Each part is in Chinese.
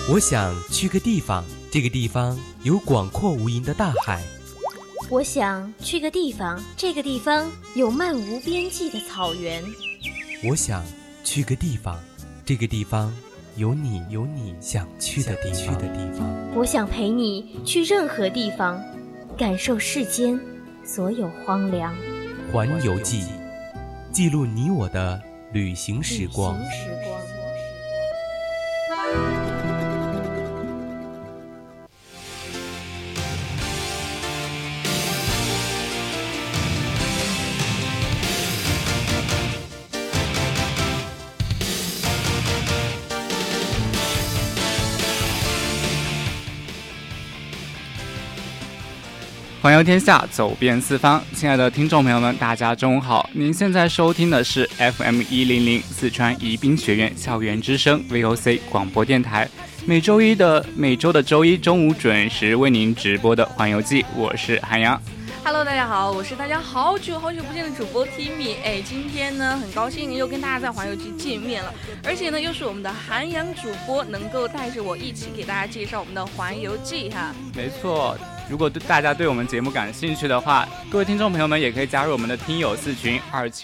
我想去个地方，这个地方有广阔无垠的大海。 我想去个地方，这个地方有漫无边际的草原。 我想去个地方，这个地方有你想去的地方。 我想陪你去任何地方，感受世间所有荒凉。 环游记，记录你我的旅行时光。 环游天下，走遍四方。亲爱的听众朋友们，大家中午好！您现在收听的是 FM100 四川宜宾学院校园之声 VOC 广播电台，每周的周一中午准时为您直播的环游记，我是韩阳。 Hello， 大家好，我是大家好久不见的主播 Timmy。今天呢，很高兴又跟大家在环游记见面了，而且呢，又是我们的韩阳主播能够带着我一起给大家介绍我们的环游记哈。 没错。如果大家对我们节目感兴趣的话，各位听众朋友们也可以加入我们的听友四群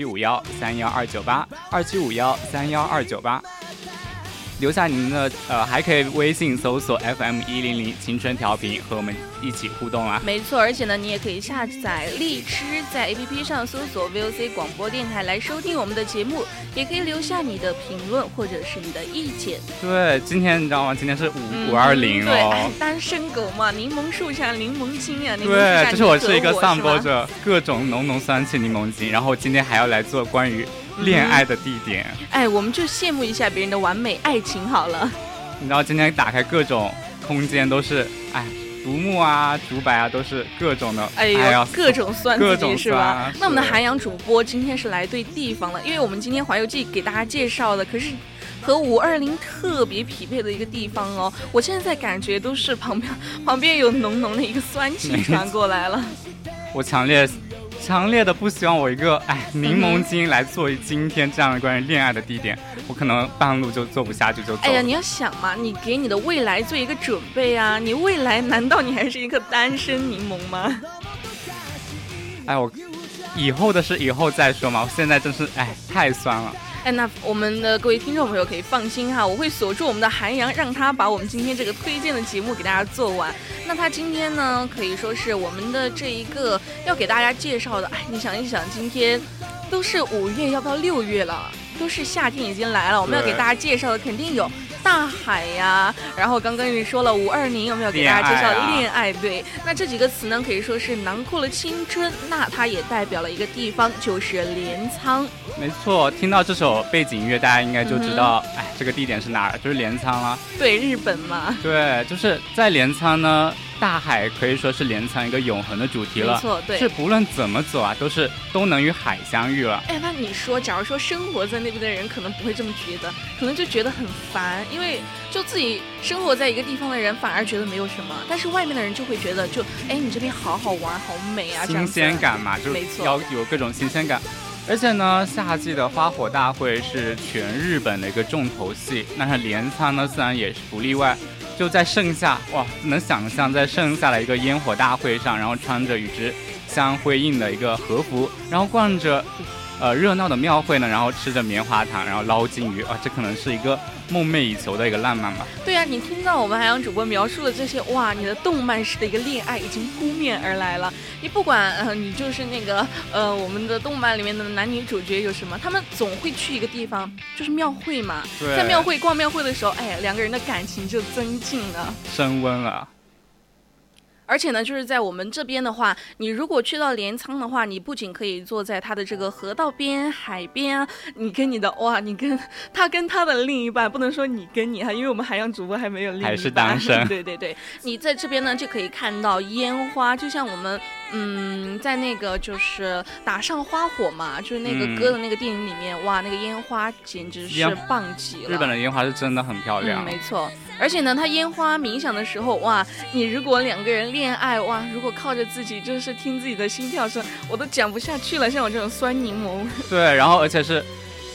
2751-31298，2751-31298，留下您的还可以微信搜索 FM100青春调频和我们一起互动啊。 没错，而且呢，你也可以下载荔枝，在 APP 上搜索 VOC 广播电台来收听我们的节目，也可以留下你的评论或者是你的意见。 对，今天你知道吗？今天是520 对，单身狗嘛，柠檬树下柠檬精啊。 对，就是我是一个散播着各种浓浓酸气柠檬精，然后今天还要来做关于恋爱的地点。 我们就羡慕一下别人的完美爱情好了。 你知道今天打开各种空间都是独木啊、竹柏啊，都是各种的， 各种酸自己是吧？ 是。 那我们的韩阳主播今天是来对地方了，因为我们今天环游记给大家介绍的可是和520特别匹配的一个地方哦。我现在感觉都是旁边有浓浓的一个酸气传过来了。 我强烈的不希望我一个柠檬精来做今天这样的关于恋爱的地点，我可能半路就做不下去就走了。 你要想嘛，你给你的未来做一个准备啊！你未来难道你还是一个单身柠檬吗？ 我以后的事以后再说嘛，我现在真是太酸了。 那我们的各位听众朋友可以放心哈，我会锁住我们的韩阳，让他把我们今天这个推荐的节目给大家做完。那他今天呢，可以说是我们的这一个要给大家介绍的。你想一想，今天都是5月，要到6月了，都是夏天已经来了。我们要给大家介绍的肯定有大海呀，然后刚刚你说了520，有没有给大家介绍恋爱？对，那这几个词呢，可以说是囊括了青春，那它也代表了一个地方，就是镰仓。 没错，听到这首背景音乐，大家应该就知道，这个地点是哪儿，就是镰仓了。 对，日本嘛。 对，就是在镰仓呢，大海可以说是镰仓一个永恒的主题了。 没错，对， 是不论怎么走都能与海相遇了。 那你说，假如说生活在那边的人可能不会这么觉得，可能就觉得很烦，因为就自己生活在一个地方的人反而觉得没有什么，但是外面的人就会觉得你这边好好玩好美啊， 新鲜感嘛，就要有各种新鲜感。而且呢，夏季的花火大会是全日本的一个重头戏，那是镰仓呢自然也是不例外。就在盛夏，能想象在盛夏的一个烟火大会上，然后穿着与之相辉映的一个和服，然后逛着热闹的庙会呢，然后吃着棉花糖，然后捞金鱼，这可能是一个梦寐以求的一个浪漫吧。 对啊，你听到我们韩阳主播描述的这些，你的动漫式的一个恋爱已经扑面而来了。你不管你就是那个我们的动漫里面的男女主角有什么，他们总会去一个地方，就是庙会嘛。在逛庙会的时候，两个人的感情就增进了， 升温了。 而且呢，就是在我们这边的话，你如果去到镰仓的话，你不仅可以坐在他的这个河道边、海边啊，你跟他的另一半，不能说你跟你哈，因为我们韩阳主播还没有另一半， 还是单身。 对，你在这边呢就可以看到烟花，就像我们在那个就是打上花火嘛，就是那个歌的那个电影里面，那个烟花简直是棒极了。 日本的烟花是真的很漂亮。 没错。而且呢，它烟花冥想的时候，你如果两个人恋爱，如果靠着自己就是听自己的心跳声，我都讲不下去了。像我这种酸柠檬。 对，然后而且是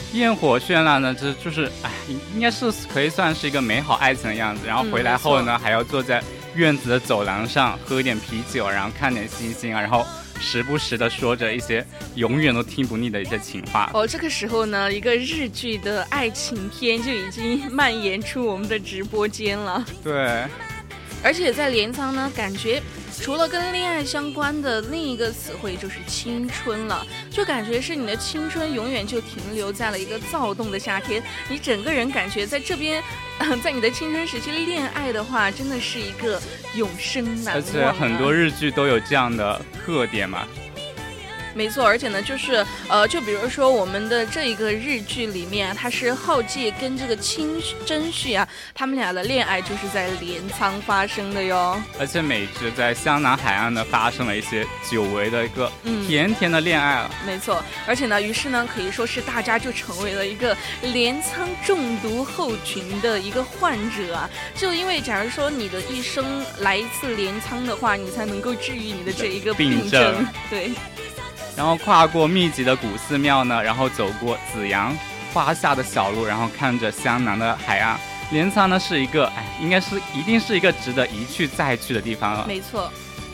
焰火绚烂呢，这就是应该是可以算是一个美好爱情的样子。然后回来后呢，还要坐在院子的走廊上喝一点啤酒，然后看点星星啊，然后时不时的说着一些永远都听不腻的一些情话。 这个时候呢，一个日剧的爱情片就已经蔓延出我们的直播间了。 对， 而且在镰仓呢，感觉除了跟恋爱相关的另一个词汇就是青春了，就感觉是你的青春永远就停留在了一个躁动的夏天，你整个人感觉在这边在你的青春时期恋爱的话，真的是一个永生难忘而且很多日剧都有这样的特点嘛。 没错，而且呢，就是就比如说我们的这一个日剧里面，它是浩介跟这个清真绪啊，他们俩的恋爱就是在镰仓发生的哟。 而且美职在湘南海岸呢发生了一些久违的一个甜甜的恋爱了。 没错，而且呢，于是呢，可以说是大家就成为了一个镰仓中毒后群的一个患者啊。就因为假如说你的一生来一次镰仓的话，你才能够治愈你的这一个病症。对。 然后跨过密集的古寺庙呢，然后走过紫阳花下的小路，然后看着湘南的海岸，镰仓呢是一个一定是一个值得一去再去的地方了。 没错。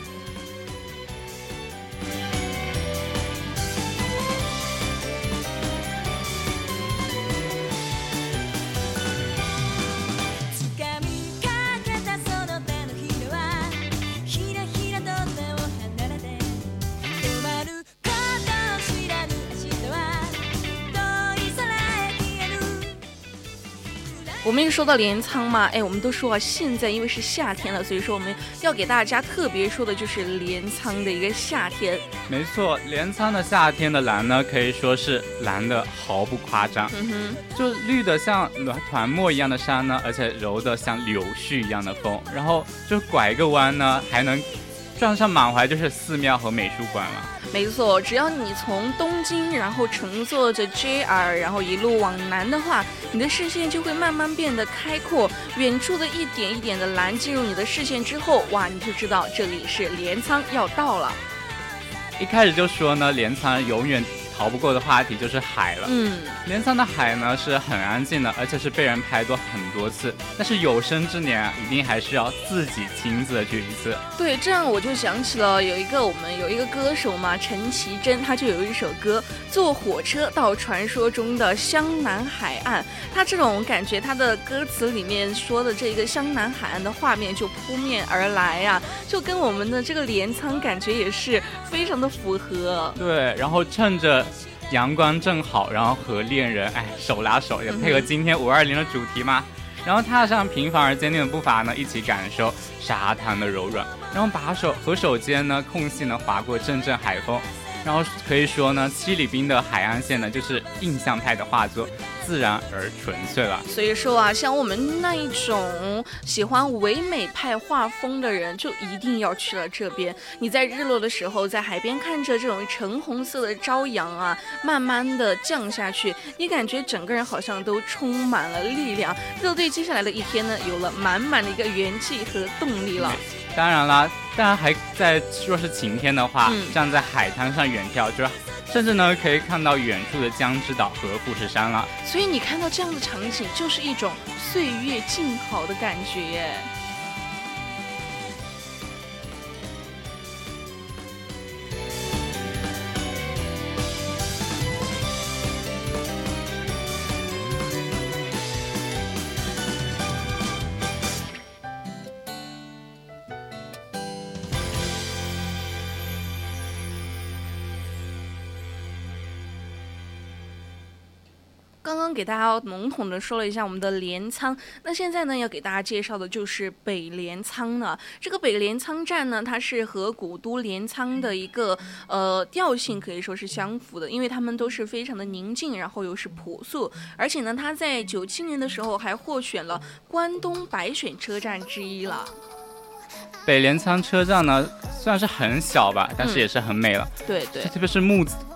我们一说到镰仓嘛，我们都说现在因为是夏天了，所以说我们要给大家特别说的就是镰仓的一个夏天。 没错，镰仓的夏天的蓝呢，可以说是蓝的毫不夸张，就绿的像团墨一样的山呢，而且柔的像柳絮一样的风，然后就拐个弯呢，还能撞上满怀就是寺庙和美术馆了。 没错，只要你从东京然后乘坐着 JR 然后一路往南的话，你的视线就会慢慢变得开阔，远处的一点一点的蓝进入你的视线之后，哇，你就知道这里是镰仓要到了。 一开始就说呢，镰仓永远逃不过的话题就是海了。镰仓的海呢是很安静的，而且是被人拍过很多次，但是有生之年一定还是要自己亲自的去一次。 对，这样我就想起了我们有一个歌手嘛，陈绮贞，他就有一首歌坐火车到传说中的湘南海岸，他这种感觉，他的歌词里面说的这个湘南海岸的画面就扑面而来呀，就跟我们的这个镰仓感觉也是非常的符合。 对，然后趁着阳光正好，然后和恋人手拉手，也配合今天520的主题嘛，然后踏上平凡而坚定的步伐呢，一起感受沙滩的柔软，然后把手间呢空隙呢划过阵阵海风，然后可以说呢，七里滨的海岸线呢就是印象派的画作，自然而纯粹了。 所以说啊，像我们那一种喜欢唯美派画风的人，就一定要去了这边。你在日落的时候，在海边看着这种橙红色的朝阳啊，慢慢的降下去，你感觉整个人好像都充满了力量，就对接下来的一天呢，有了满满的一个元气和动力了。 当然啦，还在若是晴天的话，站在海滩上远眺，就甚至呢可以看到远处的江之岛和富士山了。 所以你看到这样的场景，就是一种岁月静好的感觉耶。刚刚给大家笼统的说了一下我们的镰仓，那现在呢要给大家介绍的就是北镰仓了。这个北镰仓站呢，它是和古都镰仓的一个调性可以说是相符的，因为他们都是非常的宁静，然后又是朴素，而且呢，它在97年的时候还获选了关东百选车站之一了。北镰仓车站呢，虽然是很小吧，但是也是很美了。 对对， 特别是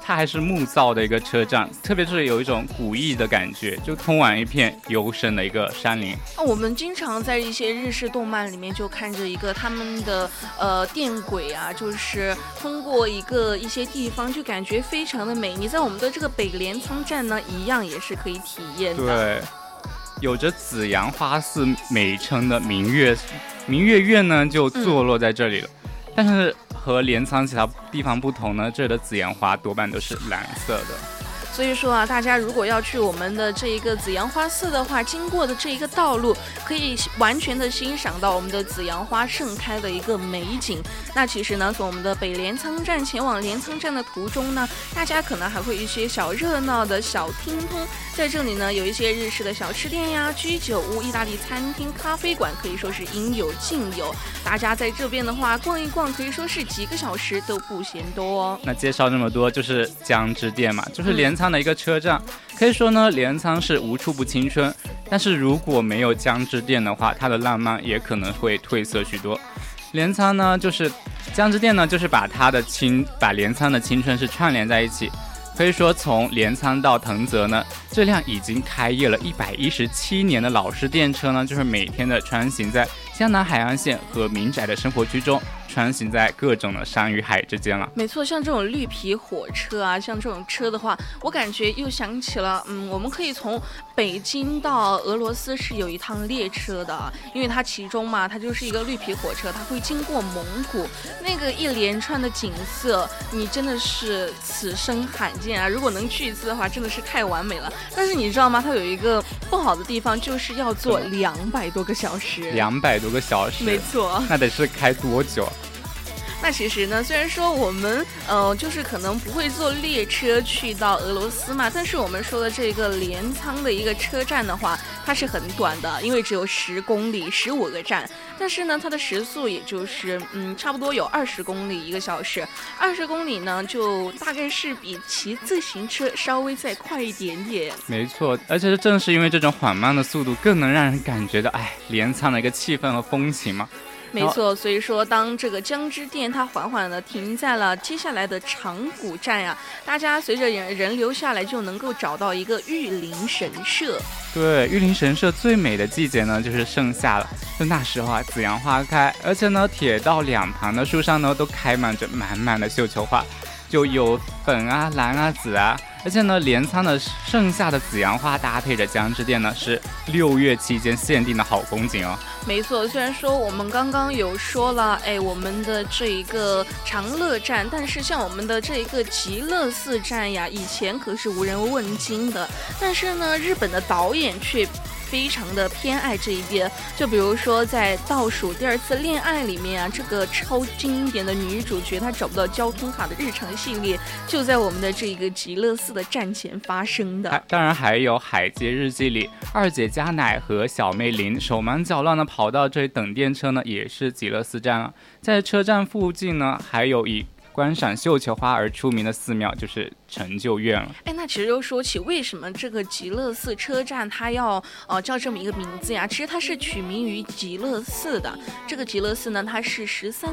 它还是木造的一个车站，特别是有一种古意的感觉，就通往一片幽深的一个山林。 我们经常在一些日式动漫里面就看着一个他们的电轨啊，就是通过一些地方，就感觉非常的美。你在我们的这个北镰仓站呢，一样也是可以体验的。 对，有着紫阳花寺美称的明月院呢，就坐落在这里了。但是和镰仓其他地方不同呢，这里的紫阳花多半都是蓝色的。 所以说啊，大家如果要去我们的这一个紫阳花寺的话，经过的这一个道路可以完全的欣赏到我们的紫阳花盛开的一个美景。那其实呢，从我们的北镰仓站前往镰仓站的途中呢，大家可能还会有一些小热闹的小厅通，在这里呢有一些日式的小吃店呀、居酒屋、意大利餐厅、咖啡馆，可以说是应有尽有。大家在这边的话逛一逛，可以说是几个小时都不嫌多哦。 那介绍这么多，就是江之电嘛，就是镰仓的一个车站。可以说呢，镰仓是无处不青春，但是如果没有江之电的话，它的浪漫也可能会褪色许多。镰仓呢，就是江之电呢，就是把镰仓的青春是串联在一起。可以说，从镰仓到藤泽呢，这辆已经开业了117年的老式电车呢，就是每天的穿行在江南海岸线和民宅的生活区中，穿行在各种的山与海之间了。 没错，像这种绿皮火车啊，像这种车的话，我感觉又想起了，我们可以从北京到俄罗斯是有一趟列车的，因为它其中嘛，它就是一个绿皮火车，它会经过蒙古，那个一连串的景色，你真的是此生罕见啊！如果能去一次的话，真的是太完美了。但是你知道吗？它有一个不好的地方，就是要坐200多个小时。 200多个小时， 没错。 那得是开多久？ 那其实呢，虽然说我们就是可能不会坐列车去到俄罗斯嘛，但是我们说的这个镰仓的一个车站的话，它是很短的，因为只有10公里，15个站。但是呢，它的时速也就是差不多有20公里1个小时，20公里呢就大概是比骑自行车稍微再快一点点。 没错，而且正是因为这种缓慢的速度，更能让人感觉到镰仓的一个气氛和风情嘛。 没错，所以说当这个江之电它缓缓地停在了接下来的长谷站呀，大家随着人流下来就能够找到一个御林神社。 对，御林神社最美的季节呢就是盛夏了，就那时候紫阳花开，而且呢铁道两旁的树上呢都开满着满满的绣球花，就有粉啊、蓝啊、紫啊。而且呢，镰仓的盛夏的紫阳花搭配着江之电呢，是6月期间限定的好风景哦。 没错，虽然说我们刚刚有说了，我们的这一个长乐站，但是像我们的这一个极乐寺站呀，以前可是无人问津的。但是呢，日本的导演却非常的偏爱这一边，就比如说在倒数第2次恋爱里面啊，这个超经典的女主角她找不到交通卡的日常系列，就在我们的这个极乐寺的站前发生的。 当然还有海街日记里，二姐佳乃和小妹林手忙脚乱的跑到这里等电车呢，也是极乐寺站啊。在车站附近呢，还有以观赏绣球花而出名的寺庙，就是成就院了。 那其实又说起为什么这个极乐寺车站它要叫这么一个名字呀？其实它是取名于极乐寺的。这个极乐寺呢，它是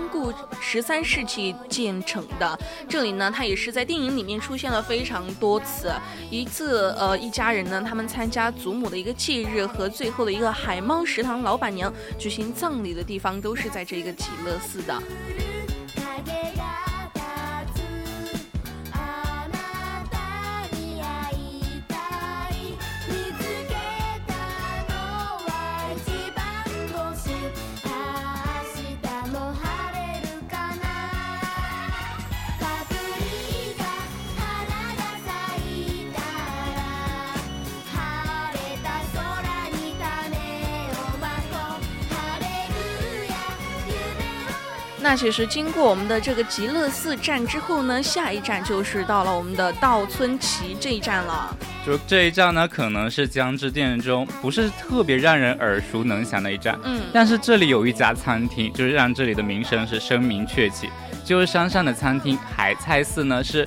13世纪建成的。这里呢，它也是在电影里面出现了非常多次。一次一家人呢，他们参加祖母的一个忌日和最后的一个海猫食堂老板娘举行葬礼的地方，都是在这个极乐寺的。那其实经过我们的这个极乐寺站之后呢，下一站就是到了我们的稻村崎这一站了。 就这一站呢，可能是江之电中不是特别让人耳熟能详的一站，但是这里有一家餐厅，就是让这里的名声是声名鹊起。就是山上的餐厅海菜寺呢，是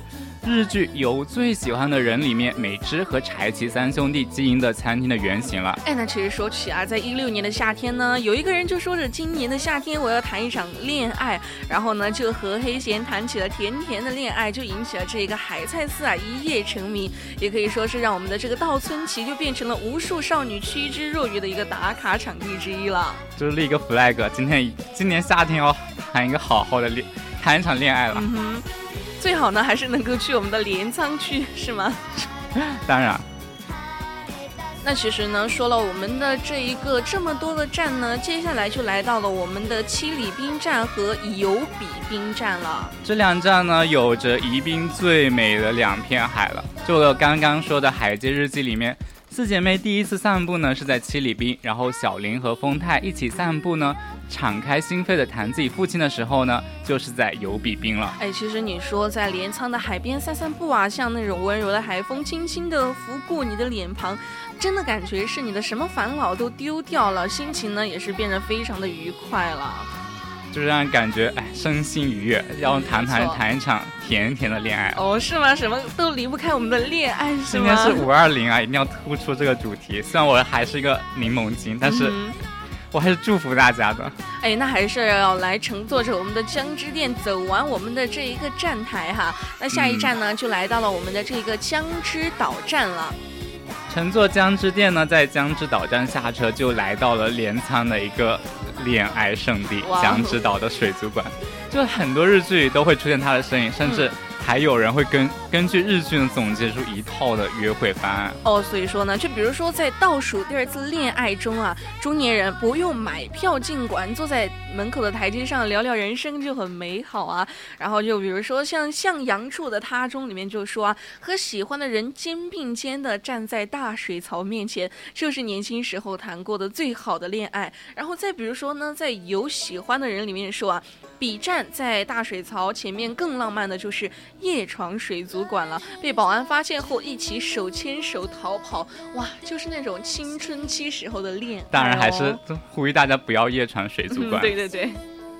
日剧《有最喜欢的人》里面美知和柴崎三兄弟经营的餐厅的原型了。 那其实说起啊，在2016年的夏天呢，有一个人就说着今年的夏天我要谈一场恋爱，然后呢就和黑贤谈起了甜甜的恋爱，就引起了这个海菜丝啊一夜成名，也可以说是让我们的这个稻村崎就变成了无数少女趋之若鹜的一个打卡场地之一了。 就是立一个 flag， 今年夏天要谈一个好好的谈一场恋爱了。 最好呢还是能够去我们的镰仓区，是吗？ 当然。 那其实呢，说了我们的这一个这么多的站呢，接下来就来到了我们的七里滨站和有比滨站了。 这两站呢，有着宜宾最美的2片海了。就我刚刚说的《海街日记》里面，4姐妹第一次散步呢是在七里滨，然后小林和丰太一起散步呢，敞开心扉的谈自己父亲的时候呢，就是在有比滨了。 其实你说在镰仓的海边散步啊，像那种温柔的海风轻轻地拂过你的脸庞，真的感觉是你的什么烦恼都丢掉了，心情呢也是变得非常的愉快了， 就是让人感觉身心愉悦，要谈一场甜甜的恋爱。 是吗？什么都离不开我们的恋爱，是吗？ 今天是520啊，一定要突出这个主题。虽然我还是一个柠檬精，但是我还是祝福大家的。 那还是要来乘坐着我们的江之电走完我们的这一个站台哈。那下一站呢，就来到了我们的这个江之岛站了。 乘坐江之电呢，在江之岛站下车，就来到了镰仓的一个恋爱圣地江之岛的水族馆。就很多日剧都会出现它的身影，甚至还有人会根据日剧呢总结出一套的约会方案。 所以说呢，就比如说在倒数第2次恋爱中啊，中年人不用买票进馆，坐在门口的台阶上聊聊人生就很美好啊。然后就比如说像向阳处的他中里面就说啊，和喜欢的人肩并肩的站在大水槽面前，就是年轻时候谈过的最好的恋爱。然后再比如说呢，在有喜欢的人里面说啊，比站在大水槽前面更浪漫的就是夜闯水族馆了，被保安发现后一起手牵手逃跑，哇，就是那种青春期时候的恋爱。 当然还是呼吁大家不要夜闯水族馆。 对对对。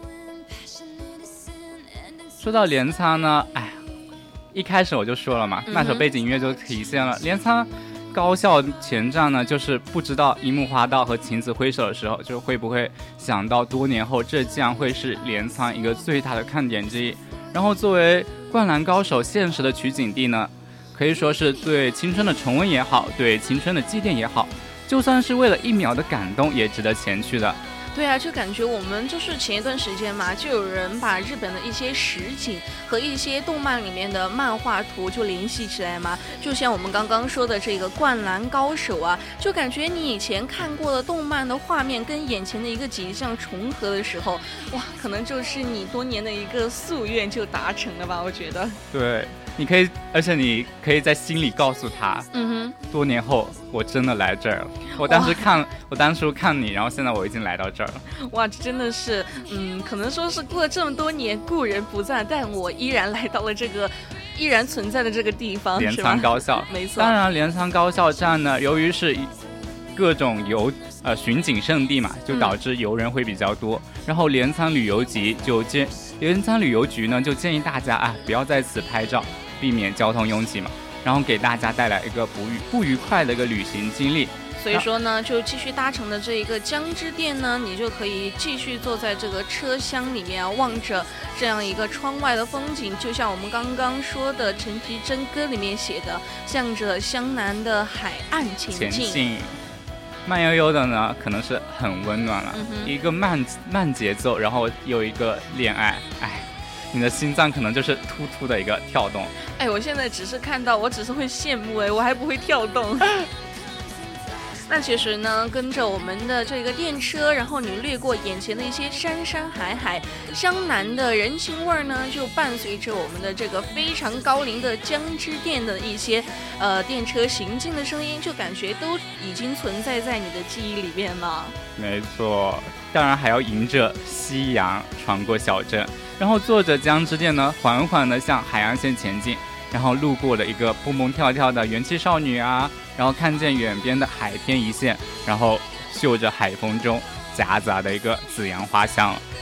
说到镰仓呢，一开始我就说了嘛，那首背景音乐就体现了镰仓高校前站呢，就是不知道樱木花道和晴子挥手的时候，就会不会想到多年后这将会是镰仓一个最大的看点之一。然后作为灌篮高手现实的取景地呢，可以说是对青春的重温也好，对青春的祭奠也好，就算是为了1秒的感动也值得前去的。 对啊，就感觉我们就是前一段时间嘛，就有人把日本的一些实景和一些动漫里面的漫画图就联系起来嘛，就像我们刚刚说的这个灌篮高手啊，就感觉你以前看过的动漫的画面跟眼前的一个景象重合的时候，哇，可能就是你多年的一个夙愿就达成了吧，我觉得。 对，而且你可以在心里告诉他，多年后我真的来这儿了。我当初看你，然后现在我已经来到这儿了。 哇，真的是，可能说是过了这么多年，故人不在，但我依然来到了这个依然存在的这个地方， 镰仓高校， 没错。 当然，镰仓高校站呢，由于是各种巡警圣地嘛，就导致游人会比较多。然后镰仓旅游局呢就建议大家不要在此拍照，避免交通拥挤嘛，然后给大家带来一个不愉快的一个旅行经历。 所以说呢，就继续搭乘的这一个江之电呢，你就可以继续坐在这个车厢里面望着这样一个窗外的风景，就像我们刚刚说的陈绮贞歌里面写的，向着湘南的海岸前进。 慢悠悠的呢，可能是很温暖了，一个慢节奏，然后有一个恋爱，你的心脏可能就是突突的一个跳动。 我现在只是看到，我只是会羡慕，我还不会跳动。那其实呢，跟着我们的这个电车，然后你掠过眼前的一些山山海海，湘南的人情味呢，就伴随着我们的这个非常高龄的江之电的一些电车行进的声音，就感觉都已经存在在你的记忆里面了。没错，当然还要迎着夕阳穿过小镇，然后坐着江之电呢，缓缓地向海岸线前进。然后路过了一个蹦蹦跳跳的元气少女啊，然后看见远边的海天一线，然后嗅着海风中夹杂的一个紫阳花香。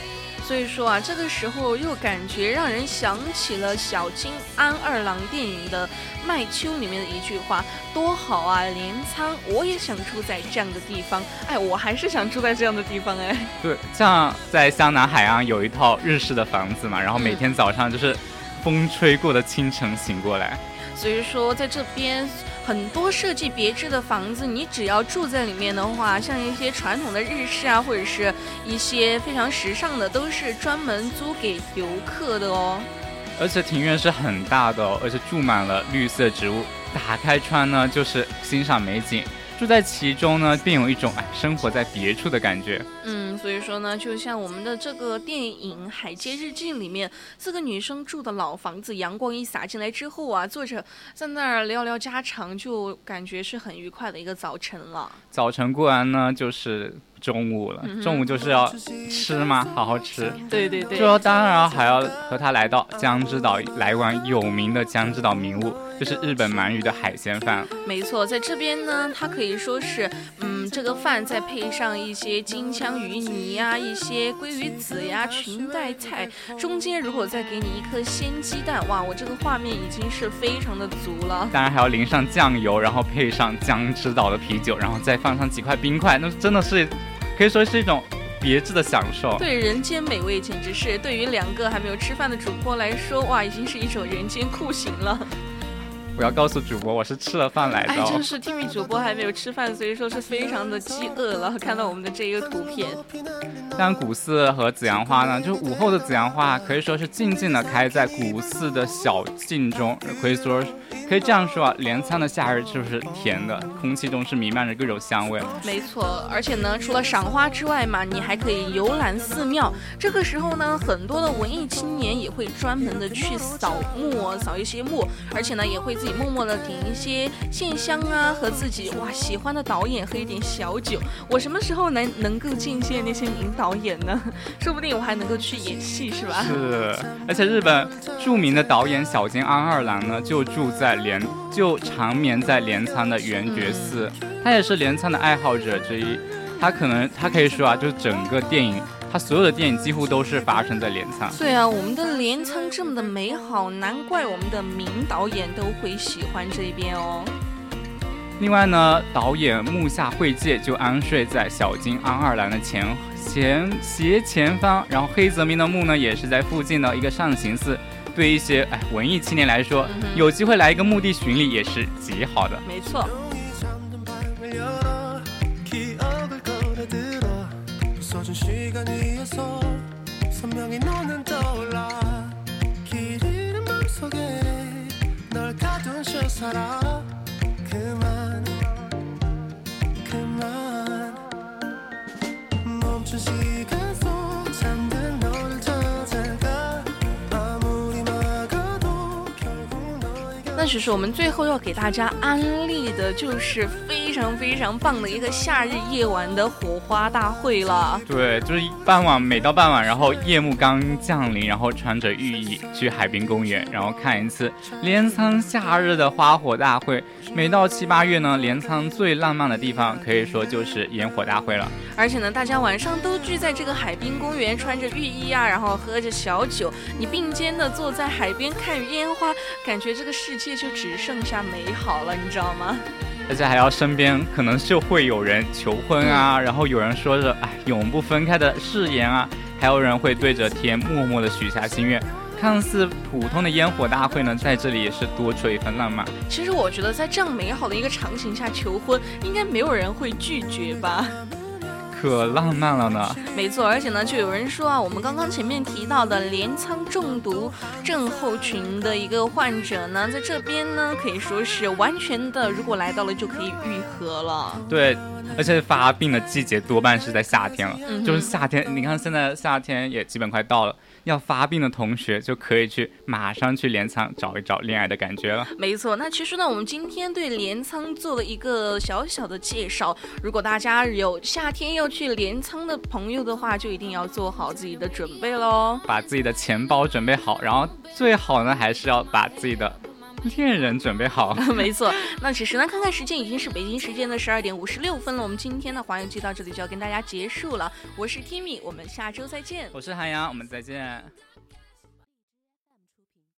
所以说啊，这个时候又感觉让人想起了小津安二郎电影的《麦秋》里面的一句话，多好啊，镰仓，我也想住在这样的地方。哎，我还是想住在这样的地方哎。 对，像在湘南海岸有一套日式的房子嘛，然后每天早上就是风吹过的清晨醒过来。 所以说在这边很多设计别致的房子，你只要住在里面的话，像一些传统的日式啊，或者是一些非常时尚的，都是专门租给游客的哦。 而且庭院是很大的哦，而且住满了绿色植物，打开窗呢就是欣赏美景，住在其中呢便有一种生活在别处的感觉。 所以说呢，就像我们的这个电影《海街日记》里面，4个女生住的老房子，阳光一洒进来之后啊，坐着在那儿聊聊家常，就感觉是很愉快的一个早晨了。 早晨过完呢就是中午了，中午就是要吃嘛，好好吃。 对对对， 就当然还要和他来到江之岛来玩有名的江之岛名物，就是日本鳗鱼的海鲜饭。 没错，在这边呢，它可以说是这个饭再配上一些金枪鱼泥呀，一些鲑鱼子呀，裙带菜，中间如果再给你一颗鲜鸡蛋，哇，我这个画面已经是非常的足了。 当然还要淋上酱油，然后配上江之岛的啤酒，然后再放上几块冰块，那真的是可以说是一种别致的享受。 对，人间美味，简直是对于2个还没有吃饭的主播来说，哇，已经是一种人间酷刑了。 我要告诉主播，我是吃了饭来的。 就是 TV 主播还没有吃饭，所以说是非常的饥饿了。看到我们的这一个图片， 像古寺和紫阳花呢，就午后的紫阳花可以说是静静的开在古寺的小径中，可以这样说啊，镰仓的夏日就是甜的，空气中是弥漫着各种香味。 没错，而且呢，除了赏花之外嘛，你还可以游览寺庙。这个时候呢，很多的文艺青年也会专门的去扫墓，扫一些墓，而且呢，也会自己默默的点一些线香啊，和自己喜欢的导演喝一点小酒。我什么时候能够见见那些名导演呢？说不定我还能够去演戏，是吧？ 是，而且日本著名的导演小津安二郎呢，就长眠在镰仓的圆觉寺，他也是镰仓的爱好者之一。他可以说啊，就整个电影，他所有的电影几乎都是发生在镰仓。 对啊，我们的镰仓这么的美好，难怪我们的名导演都会喜欢这边哦。 另外呢，导演木下惠介就安睡在小津安二郎的斜前方，然后黑泽明的墓呢也是在附近的一个上行寺。对一些文艺青年来说，有机会来一个墓地巡礼也是极好的。 没错。那其实我们最后要给大家安利的就是非常非常棒的一个夏日夜晚的火花大会了。 对，就是每到傍晚，然后夜幕刚降临，然后穿着浴衣去海滨公园，然后看一次镰仓夏日的花火大会。每到7、8月呢，镰仓最浪漫的地方可以说就是烟火大会了。 而且呢，大家晚上都聚在这个海滨公园，穿着浴衣啊，然后喝着小酒，你并肩的坐在海边看烟花，感觉这个世界就只剩下美好了，你知道吗？ 而且还要身边可能就会有人求婚啊，然后有人说着永不分开的誓言啊，还有人会对着天默默的许下心愿。看似普通的烟火大会呢，在这里也是多出了一份浪漫。 其实我觉得在这样美好的一个场景下求婚，应该没有人会拒绝吧。 可浪漫了呢。 没错，而且呢，就有人说啊，我们刚刚前面提到的镰仓中毒症候群的一个患者呢，在这边呢可以说是完全的，如果来到了就可以愈合了。 对，而且发病的季节多半是在夏天了，就是夏天，你看现在夏天也基本快到了，要发病的同学就可以马上去镰仓找一找恋爱的感觉了。 没错，那其实呢，我们今天对镰仓做了一个小小的介绍，如果大家有夏天要去镰仓的朋友的话，就一定要做好自己的准备咯， 把自己的钱包准备好，然后最好呢还是要把自己的恋人准备好。 没错。那其实呢，看看时间，已经是北京时间的12点56分了。我们今天的华游记到这里就要跟大家结束了。我是 Timmy， 我们下周再见。 我是韩阳，我们再见。